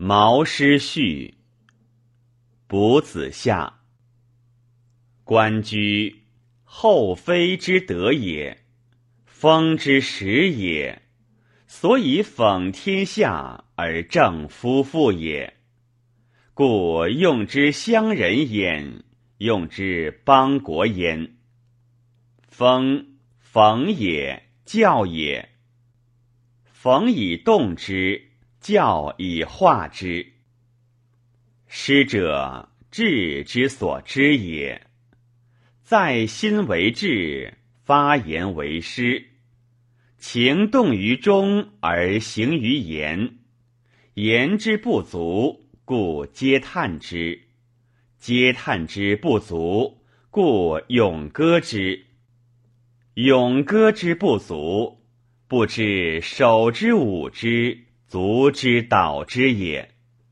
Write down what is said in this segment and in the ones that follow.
毛诗序。卜子夏。官居，后妃之德也，封之实也，所以讽天下而正夫妇也。故用之乡人焉，用之邦国焉。封，讽也，教也。讽以动之，教以化之。诗者，志之所知也。在心为志，发言为诗。情动于中而行于言，言之不足，故嗟叹之；嗟叹之不足，故咏歌之；咏歌之不足，不知手之舞之，足之蹈之也。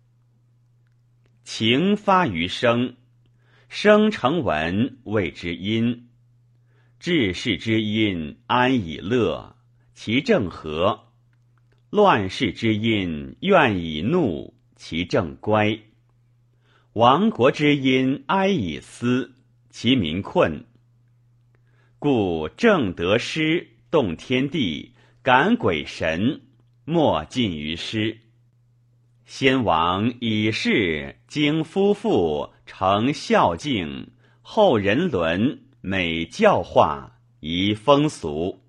情发于声，声成文，谓之音。治世之音，安以乐，其正和；乱世之音，怨以怒，其正乖；亡国之音，哀以思，其民困。故正得诗，动天地，感鬼神，莫尽于诗。先王以事经夫妇，成孝敬，后人伦，美教化，宜风俗。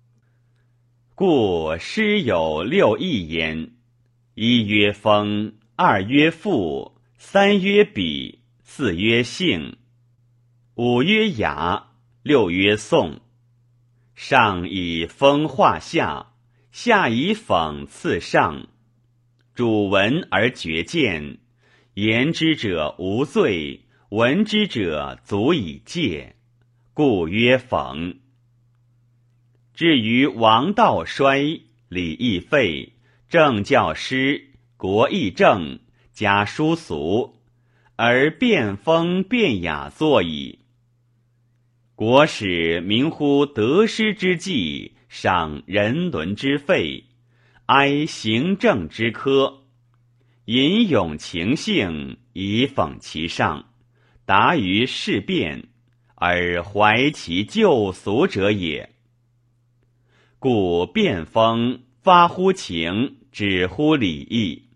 故诗有六艺焉：一曰风，二曰赋，三曰比，四曰兴，五曰雅，六曰颂。上以风化下，下以讽刺上。主闻而觉见，言之者无罪，闻之者足以戒，故曰讽。至于王道衰，礼义废，政教失，国义正，家殊俗，而变风变雅作矣。国使民乎得失之计，赏人伦之废，哀行政之苛，吟咏情性，以讽其上，达于事变，而怀其旧俗者也。故变风发乎情，止乎礼义。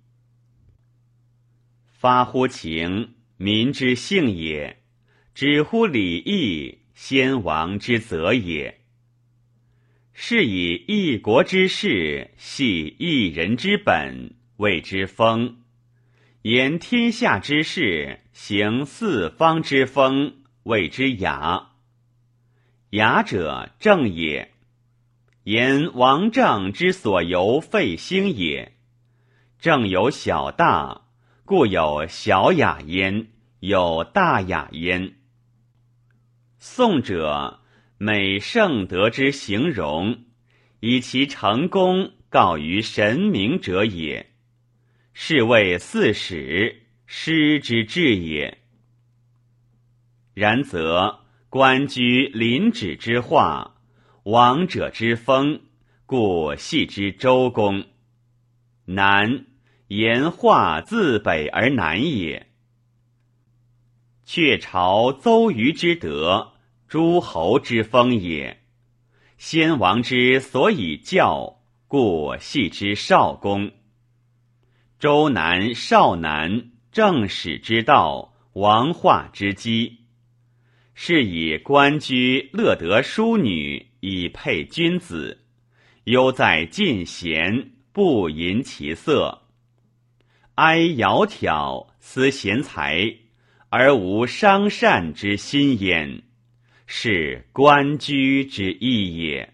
发乎情，民之性也；止乎礼义，先王之责也。是以一国之事，系一人之本，谓之风；言天下之事，行四方之风，谓之雅。雅者，正也。言王政之所由废兴也。政有小大，故有小雅焉，有大雅焉。颂者，美圣德之形容，以其成功告于神明者也。是谓四史，诗之至也。然则官居临止之化，王者之风，故系之周公。难，言化自北而南也。却朝邹瑜之德，诸侯之风也。先王之所以教，故系之少公。周南、少南，正史之道，王化之基。是以官居乐得淑女，以配君子，忧在近贤，不淫其色。哀窈窕，思贤才，而无伤善之心焉，是官居之意也。